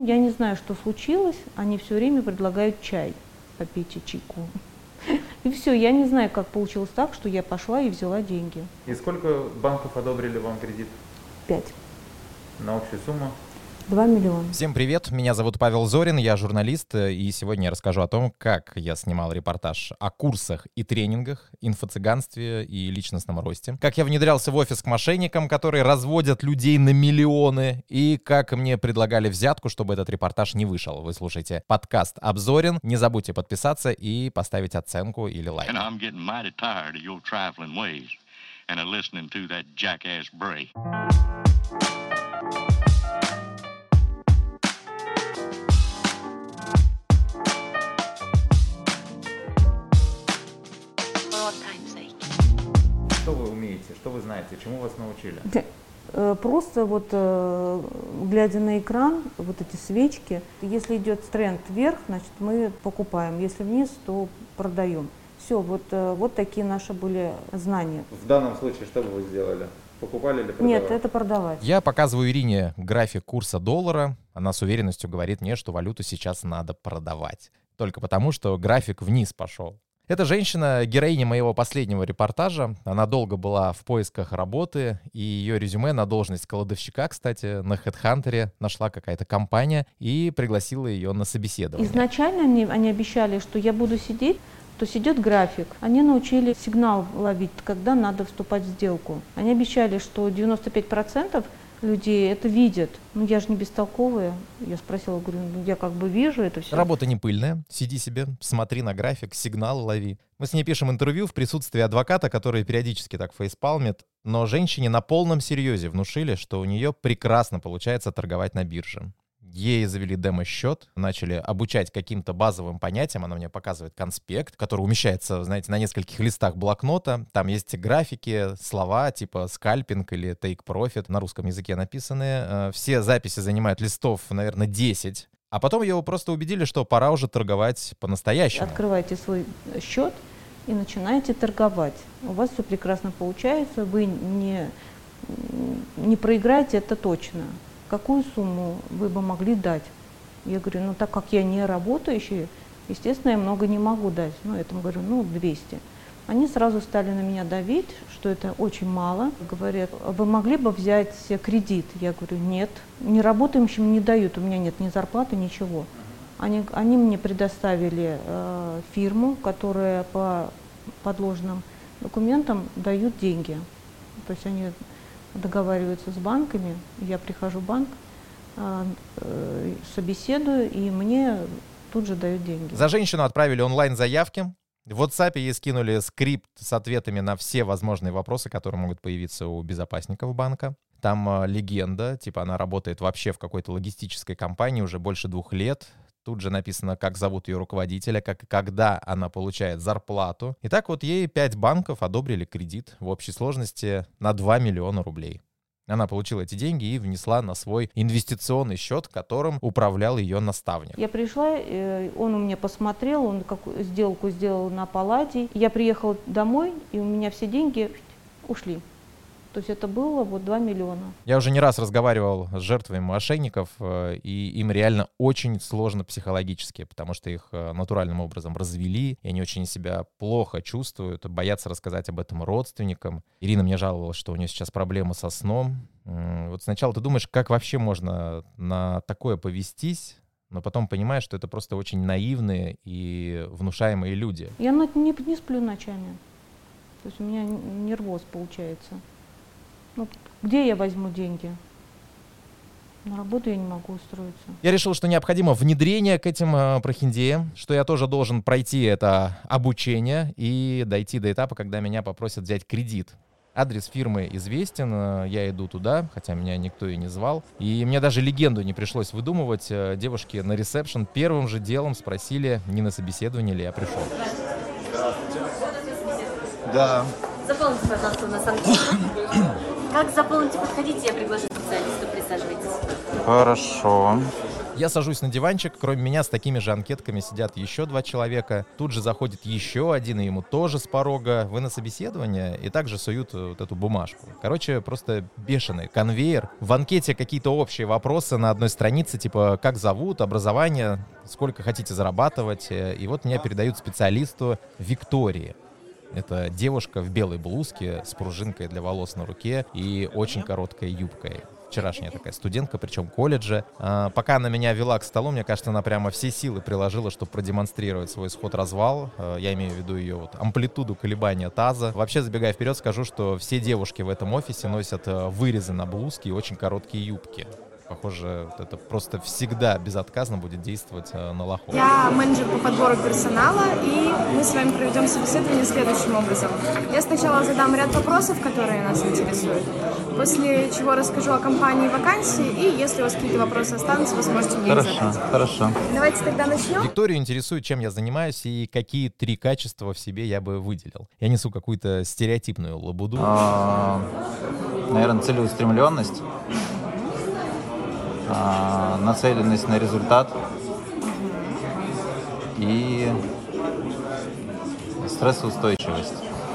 Я не знаю, что случилось, они все время предлагают чай, попейте чайку. И все, я не знаю, как получилось так, что я пошла и взяла деньги. И сколько банков одобрили вам кредит? 5. На общую сумму? 2 миллиона. Всем привет, меня зовут Павел Зорин, я журналист, и сегодня я расскажу о том, как я снимал репортаж о курсах и тренингах, инфо-цыганстве и личностном росте, как я внедрялся в офис к мошенникам, которые разводят людей на миллионы, и как мне предлагали взятку, чтобы этот репортаж не вышел. Вы слушаете подкаст «Обзорин», не забудьте подписаться и поставить оценку или лайк. Что вы умеете, что вы знаете, чему вас научили? Просто вот глядя на экран, вот эти свечки, если идет тренд вверх, значит мы покупаем, если вниз, то продаем. Все, вот такие наши были знания. В данном случае что бы вы сделали? Покупали или продавали? Нет, это продавать. Я показываю Ирине график курса доллара. Она с уверенностью говорит мне, что валюту сейчас надо продавать. Только потому, что график вниз пошел. Эта женщина — героиня моего последнего репортажа. Она долго была в поисках работы, и ее резюме на должность кладовщика, кстати, на HeadHunter нашла какая-то компания и пригласила ее на собеседование. Изначально они обещали, что я буду сидеть, то есть идет график. Они научили сигнал ловить, когда надо вступать в сделку. Они обещали, что 95% людей это видят. Ну я же не бестолковая. Я спросила, говорю, я как бы вижу это все. Работа не пыльная. Сиди себе, смотри на график, сигнал лови. Мы с ней пишем интервью в присутствии адвоката, который периодически так фейспалмит, но женщине на полном серьезе внушили, что у нее прекрасно получается торговать на бирже. Ей завели демо-счет, начали обучать каким-то базовым понятиям. Она мне показывает конспект, который умещается, знаете, на нескольких листах блокнота. Там есть графики, слова типа скальпинг или take profit на русском языке написанные. Все записи занимают листов, наверное, 10. А потом ее просто убедили, что пора уже торговать по-настоящему. Открывайте свой счет и начинаете торговать. У вас все прекрасно получается, вы не проиграете, это точно. Какую сумму вы бы могли дать? Я говорю, ну так как я не работающий, естественно, я много не могу дать. Ну, я там говорю, 200. Они сразу стали на меня давить, что это очень мало. Говорят, вы могли бы взять кредит? Я говорю, нет. Неработающим не дают, у меня нет ни зарплаты, ничего. Они мне предоставили фирму, которая по подложным документам дают деньги. То есть они договариваются с банками, я прихожу в банк, собеседую, и мне тут же дают деньги. За женщину отправили онлайн-заявки. В WhatsApp ей скинули скрипт с ответами на все возможные вопросы, которые могут появиться у безопасников банка. Там легенда, типа она работает вообще в какой-то логистической компании уже больше 2 лет. Тут же написано, как зовут ее руководителя, когда она получает зарплату. И так вот ей 5 банков одобрили кредит в общей сложности на 2 миллиона рублей. Она получила эти деньги и внесла на свой инвестиционный счет, которым управлял ее наставник. Я пришла, он у меня посмотрел, он сделку сделал на Палладий. Я приехала домой, и у меня все деньги ушли. То есть это было 2 миллиона. Я уже не раз разговаривал с жертвами мошенников, и им реально очень сложно психологически, потому что их натуральным образом развели, и они очень себя плохо чувствуют, боятся рассказать об этом родственникам. Ирина мне жаловалась, что у нее сейчас проблемы со сном. Вот сначала ты думаешь, как вообще можно на такое повестись, но потом понимаешь, что это просто очень наивные и внушаемые люди. Я не сплю ночами. То есть у меня нервоз получается. Где я возьму деньги? На работу я не могу устроиться. Я решил, что необходимо внедрение к этим прохиндеям, что я тоже должен пройти это обучение и дойти до этапа, когда меня попросят взять кредит. Адрес фирмы известен, я иду туда, хотя меня никто и не звал. И мне даже легенду не пришлось выдумывать. Девушки на ресепшн первым же делом спросили, не на собеседование ли я пришел. Здравствуйте. Да. Заполните, пожалуйста, у нас анкету. Как заполните, подходите, я приглашу специалиста, присаживайтесь. Хорошо. Я сажусь на диванчик, кроме меня с такими же анкетками сидят еще 2 человека. Тут же заходит еще один, и ему тоже с порога. Вы на собеседование, и также суют вот эту бумажку. Короче, просто бешеный конвейер. В анкете какие-то общие вопросы на одной странице, типа как зовут, образование, сколько хотите зарабатывать. И вот меня передают специалисту Виктории. Это девушка в белой блузке с пружинкой для волос на руке и очень короткой юбкой. Вчерашняя такая студентка, причем колледжа. Пока она меня вела к столу, мне кажется, она прямо все силы приложила, чтобы продемонстрировать свой сход-развал. Я имею в виду ее вот амплитуду колебания таза. Вообще, забегая вперед, скажу, что все девушки в этом офисе носят вырезы на блузке и очень короткие юбки. Похоже, вот это просто всегда безотказно будет действовать на лохов. Я менеджер по подбору персонала, и мы с вами проведем собеседование следующим образом. Я сначала задам ряд вопросов, которые нас интересуют, после чего расскажу о компании и вакансии, и если у вас какие-то вопросы останутся, вы сможете мне их задать. Хорошо. Давайте тогда начнем. Викторию интересует, чем я занимаюсь и какие 3 качества в себе я бы выделил. Я несу какую-то стереотипную лабуду. Наверное, целеустремленность, нацеленность на результат и стрессоустойчивость.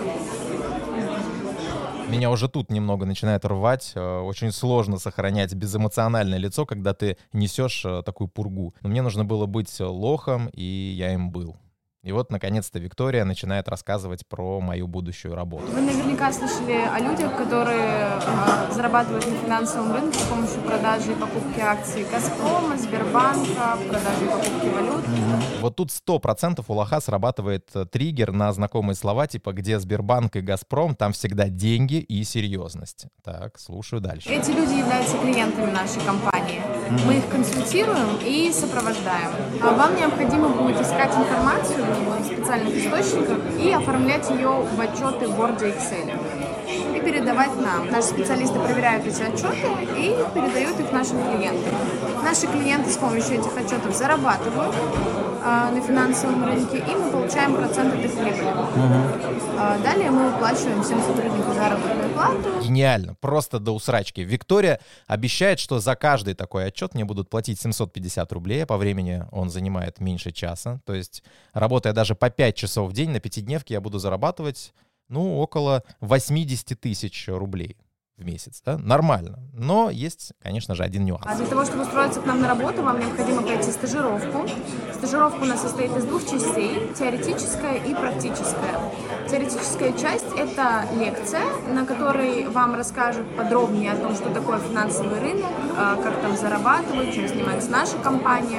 Меня уже тут немного начинает рвать. Очень сложно сохранять безэмоциональное лицо, когда ты несешь такую пургу. Но мне нужно было быть лохом, и я им был. И вот, наконец-то, Виктория начинает рассказывать про мою будущую работу. Вы наверняка слышали о людях, которые зарабатывают на финансовом рынке с помощью продажи и покупки акций Газпрома, Сбербанка, продажи и покупки валют. Вот тут 100% у лоха срабатывает триггер на знакомые слова, типа «где Сбербанк и Газпром, там всегда деньги и серьезность». Так, слушаю дальше. Эти люди являются клиентами нашей компании. Мы их консультируем и сопровождаем. Вам необходимо будет искать информацию в специальных источниках и оформлять ее в отчеты в Word и Excel. И передавать нам. Наши специалисты проверяют эти отчеты и передают их нашим клиентам. Наши клиенты с помощью этих отчетов зарабатывают на финансовом рынке, и мы получаем процент от их прибыли. Далее мы выплачиваем всем сотрудникам заработную плату. Гениально, просто до усрачки. Виктория обещает, что за каждый такой отчет мне будут платить 750 рублей, а по времени он занимает меньше часа. То есть, работая даже по 5 часов в день, на пятидневке я буду зарабатывать, около 80 тысяч рублей в месяц, да? Нормально. Но есть, конечно же, один нюанс. А для того, чтобы устроиться к нам на работу, вам необходимо пройти стажировку. Стажировка у нас состоит из 2 частей, теоретическая и практическая. Теоретическая часть – это лекция, на которой вам расскажут подробнее о том, что такое финансовый рынок, как там зарабатывать, чем занимается наша компания.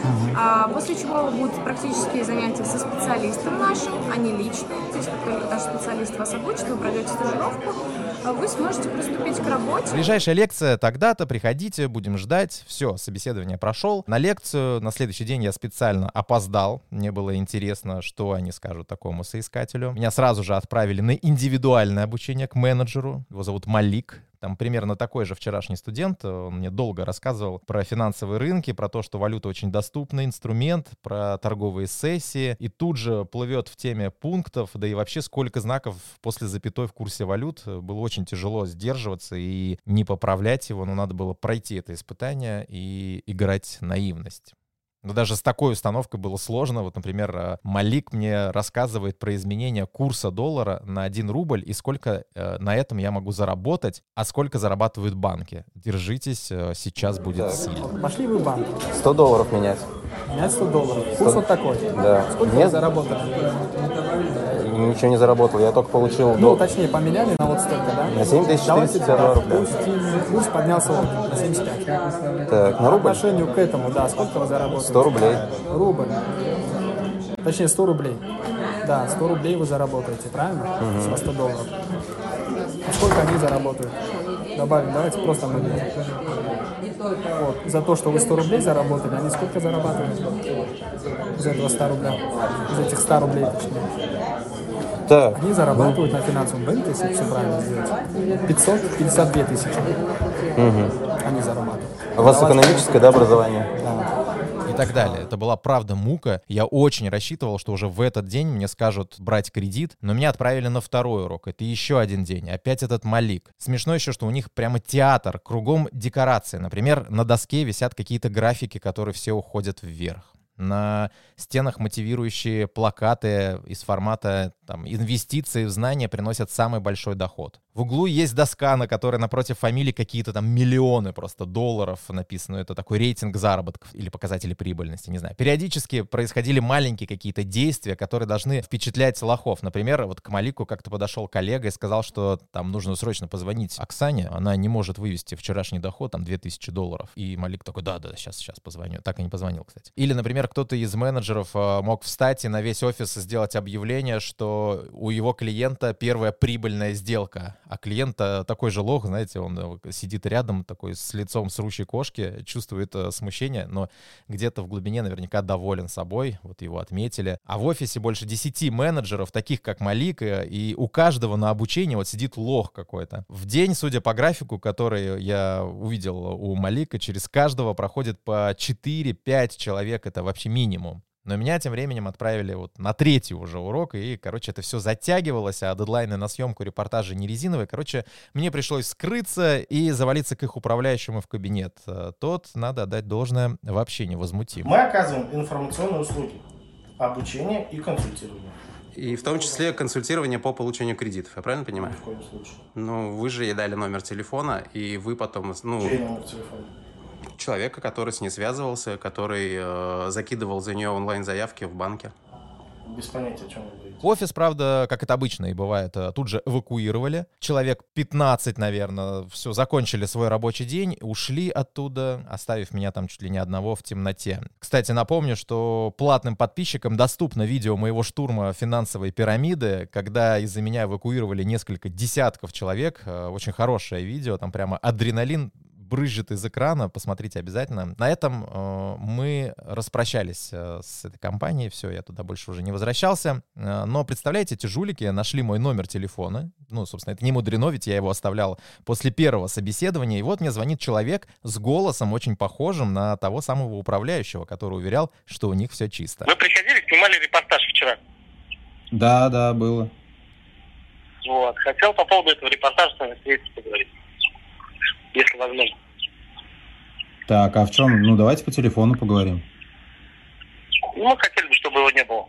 После чего будут практические занятия со специалистом нашим, они личные. То есть, как только наш специалист вас обучит, вы пройдете стажировку, вы сможете приступить к работе. Ближайшая лекция тогда-то, приходите, будем ждать. Все, собеседование прошел. На лекцию на следующий день я специально опоздал. Мне было интересно, что они скажут такому соискателю. Меня сразу же отправили на индивидуальное обучение к менеджеру. Его зовут Малик. Там примерно такой же вчерашний студент. Он мне долго рассказывал про финансовые рынки, про то, что валюта очень доступный инструмент, про торговые сессии. И тут же плывет в теме пунктов, да и вообще сколько знаков после запятой в курсе валют. Было очень тяжело сдерживаться и не поправлять его, но надо было пройти это испытание и играть наивность. Но даже с такой установкой было сложно. Вот, например, Малик мне рассказывает про изменение курса доллара на 1 рубль и сколько на этом я могу заработать, а сколько зарабатывают банки. Держитесь, сейчас будет сильно. Пошли вы в банк. $100 менять. Менять $100. Курс вот такой. Да. Сколько вы заработали? Ничего не заработал, я только получил... Точнее, поменяли на вот столько, да? На 7452 рубля. Курс поднялся на 75. Так, на По рубль? отношению к этому, да, сколько вы заработали? 100 рублей. Рубль. Точнее, 100 рублей. Да, 100 рублей вы заработаете, правильно? Со $100. А сколько они заработают? Добавим, давайте просто мы. Вот. За то, что вы 100 рублей заработали, они сколько зарабатывают? Из этого 100 рубля. Из этих 100 рублей, точнее. Так. Они зарабатывают на финансовом рынке, если все правильно сделать, 552 тысячи. Они зарабатывают. У вас экономическое, да, образование? Да. И так далее. Это была правда мука. Я очень рассчитывал, что уже в этот день мне скажут брать кредит, но меня отправили на второй урок. Это еще один день. Опять этот Малик. Смешно еще, что у них прямо театр, кругом декорации. Например, на доске висят какие-то графики, которые все уходят вверх. На стенах мотивирующие плакаты из формата инвестиции в знания приносят самый большой доход. В углу есть доска, на которой напротив фамилии какие-то там миллионы просто долларов написано. Это такой рейтинг заработков или показатели прибыльности, не знаю. Периодически происходили маленькие какие-то действия, которые должны впечатлять лохов. Например, вот к Малику как-то подошел коллега и сказал, что там нужно срочно позвонить Оксане. Она не может вывести вчерашний доход, там $2000. И Малик такой, да, сейчас позвоню. Так и не позвонил, кстати. Или, например, кто-то из менеджеров мог встать и на весь офис сделать объявление, что у его клиента первая прибыльная сделка. А клиент такой же лох, знаете, он сидит рядом такой с лицом срущей кошки, чувствует смущение, но где-то в глубине наверняка доволен собой, вот его отметили. А в офисе больше 10 менеджеров, таких как Малик, и у каждого на обучении вот сидит лох какой-то. В день, судя по графику, который я увидел у Малика, через каждого проходит по 4-5 человек, это вообще минимум. Но меня тем временем отправили вот на третий уже урок, и, короче, это все затягивалось, а дедлайны на съемку репортажа не резиновые. Короче, мне пришлось скрыться и завалиться к их управляющему в кабинет. Тот, надо отдать должное, вообще невозмутим. Мы оказываем информационные услуги, обучение и консультирование. И в том числе консультирование по получению кредитов, я правильно понимаю? Ни в коем случае. Ну, вы же ей дали номер телефона, и вы потом... Чей номер телефона? Человека, который с ней связывался, который закидывал за нее онлайн-заявки в банке. Без понятия, о чем вы говорите. Офис, правда, как это обычно и бывает, тут же эвакуировали. Человек 15, наверное, все, закончили свой рабочий день, ушли оттуда, оставив меня там чуть ли не одного в темноте. Кстати, напомню, что платным подписчикам доступно видео моего штурма финансовой пирамиды, когда из-за меня эвакуировали несколько десятков человек. Очень хорошее видео, там прямо адреналин брызжет из экрана, посмотрите обязательно. На этом мы распрощались с этой компанией, все, я туда больше уже не возвращался. Но, представляете, эти жулики нашли мой номер телефона. Ну, собственно, это не мудрено, ведь я его оставлял после первого собеседования. И вот мне звонит человек с голосом очень похожим на того самого управляющего, который уверял, что у них все чисто. Вы приходили, снимали репортаж вчера? Да, было. Вот. Хотел по поводу этого репортажа с вами встретиться, поговорить. Если возможно. Так, а в чем? Ну, давайте по телефону поговорим. Ну, мы хотели бы, чтобы его не было.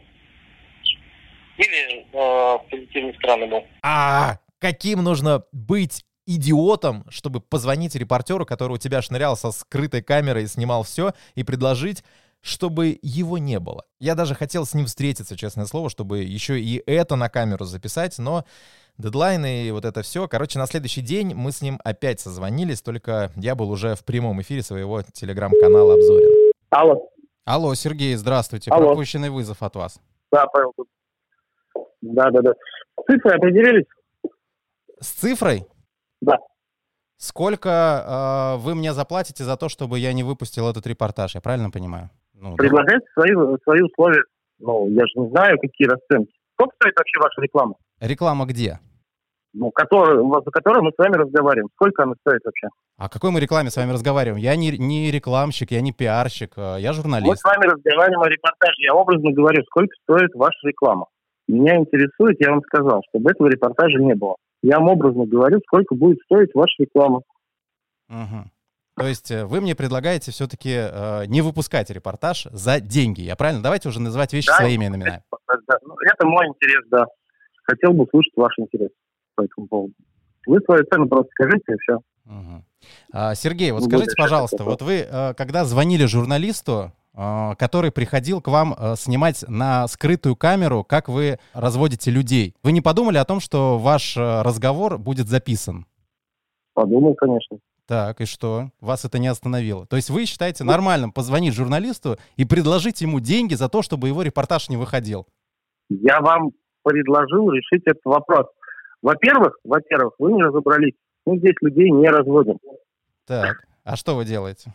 Или позитивной стороны был. Каким нужно быть идиотом, чтобы позвонить репортеру, который у тебя шнырял со скрытой камерой и снимал все, и предложить, чтобы его не было. Я даже хотел с ним встретиться, честное слово, чтобы еще и это на камеру записать, но дедлайны и вот это все. Короче, на следующий день мы с ним опять созвонились, только я был уже в прямом эфире своего телеграм-канала «Обзорин». Алло, Сергей, здравствуйте. Алло. Пропущенный вызов от вас. Да, Павел тут. Да. Цифры определились? С цифрой? Да. Сколько вы мне заплатите за то, чтобы я не выпустил этот репортаж? Я правильно понимаю? Ну, Предлагайте свои условия. Ну, я же не знаю, какие расценки. Сколько стоит вообще ваша реклама? Реклама где? Ну, за которую мы с вами разговариваем. Сколько она стоит вообще? О какой мы рекламе с вами разговариваем? Я не рекламщик, я не пиарщик, я Мы журналист. с вами разговариваем о репортаже. Я образно говорю, сколько стоит ваша реклама. Меня интересует, я вам сказал, чтобы этого репортажа не было. Я вам образно говорю, сколько будет стоить ваша реклама. Угу. То есть вы мне предлагаете все-таки не выпускать репортаж за деньги, я правильно? Давайте уже называть вещи своими именами. Это мой интерес, да. Хотел бы услышать ваш интерес по этому поводу. Вы свою цену просто скажите, и все. Угу. Сергей, вот скажите, пожалуйста, вот вы, когда звонили журналисту, который приходил к вам снимать на скрытую камеру, как вы разводите людей, вы не подумали о том, что ваш разговор будет записан? Подумал, конечно. Так, и что? Вас это не остановило? То есть вы считаете нормальным позвонить журналисту и предложить ему деньги за то, чтобы его репортаж не выходил? Я вам предложил решить этот вопрос. Во-первых, вы не разобрались. Мы здесь людей не разводим. Так, а что вы делаете?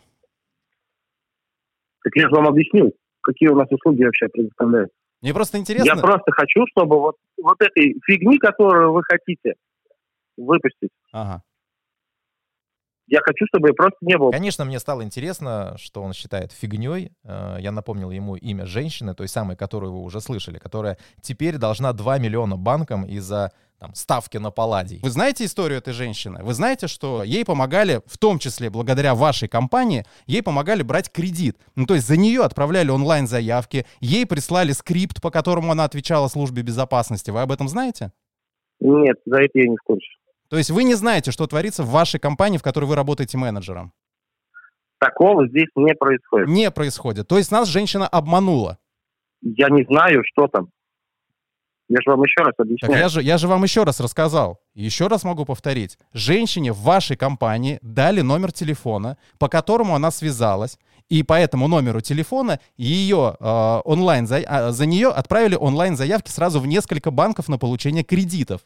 Так я же вам объяснил, какие у нас услуги вообще предоставляют. Мне просто интересно... Я просто хочу, чтобы вот этой фигни, которую вы хотите выпустить, Ага. Я хочу, чтобы ее просто не было. Конечно, мне стало интересно, что он считает фигней. Я напомнил ему имя женщины, той самой, которую вы уже слышали, которая теперь должна 2 миллиона банкам из-за ставки на палладий. Вы знаете историю этой женщины? Вы знаете, что ей помогали, в том числе благодаря вашей компании, ей помогали брать кредит. Ну, то есть за нее отправляли онлайн-заявки, ей прислали скрипт, по которому она отвечала службе безопасности. Вы об этом знаете? Нет, за это я не в курсе. То есть вы не знаете, что творится в вашей компании, в которой вы работаете менеджером? Такого здесь не происходит. Не происходит. То есть нас женщина обманула? Я не знаю, что там. Я же вам еще раз объясняю. Так я же вам еще раз рассказал. Еще раз могу повторить. Женщине в вашей компании дали номер телефона, по которому она связалась, и по этому номеру телефона ее за нее отправили онлайн-заявки сразу в несколько банков на получение кредитов.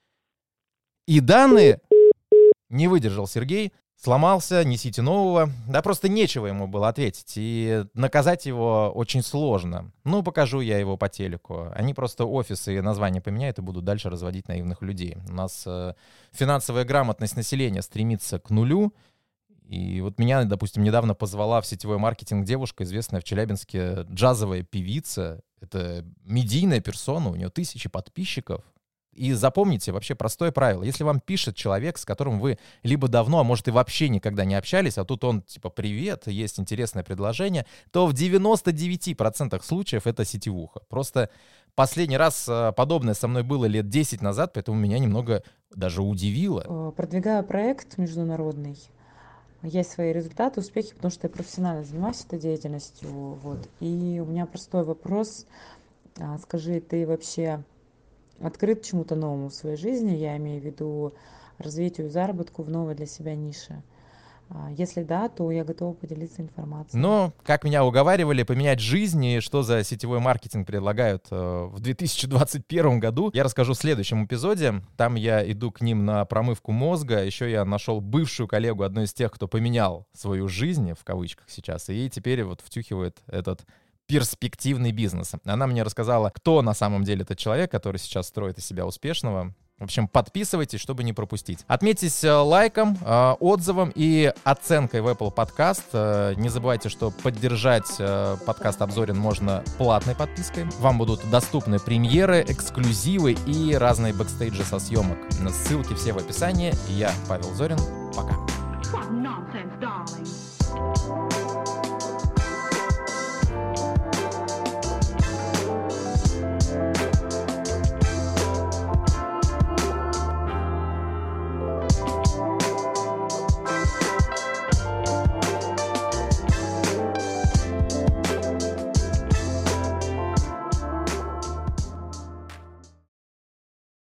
И данные... Не выдержал Сергей, сломался, несите нового. Да просто нечего ему было ответить. И наказать его очень сложно. Ну, покажу я его по телеку. Они просто офисы и названия поменяют и будут дальше разводить наивных людей. У нас финансовая грамотность населения стремится к нулю. И вот меня, допустим, недавно позвала в сетевой маркетинг девушка, известная в Челябинске джазовая певица. Это медийная персона, у нее 1000 подписчиков. И запомните вообще простое правило. Если вам пишет человек, с которым вы либо давно, а может и вообще никогда не общались, а тут он типа «Привет, есть интересное предложение», то в 99% случаев это сетевуха. Просто последний раз подобное со мной было лет 10 назад, поэтому меня немного даже удивило. Продвигаю проект международный. Есть свои результаты, успехи, потому что я профессионально занимаюсь этой деятельностью. Вот. И у меня простой вопрос. Скажи, ты вообще... открыт чему-то новому в своей жизни, я имею в виду развитию, заработку в новой для себя нише. Если да, то я готова поделиться информацией. Но, как меня уговаривали, поменять жизнь и что за сетевой маркетинг предлагают в 2021 году, я расскажу в следующем эпизоде. Там я иду к ним на промывку мозга. Еще я нашел бывшую коллегу, одну из тех, кто поменял свою жизнь, в кавычках сейчас, и теперь вот втюхивает этот перспективный бизнес. Она мне рассказала, кто на самом деле этот человек, который сейчас строит из себя успешного. В общем, подписывайтесь, чтобы не пропустить. Отметьтесь лайком, отзывом и оценкой в Apple Podcast. Не забывайте, что поддержать подкаст «Обзорин» можно платной подпиской. Вам будут доступны премьеры, эксклюзивы и разные бэкстейджи со съемок. Ссылки все в описании. Я Павел Зорин. Пока.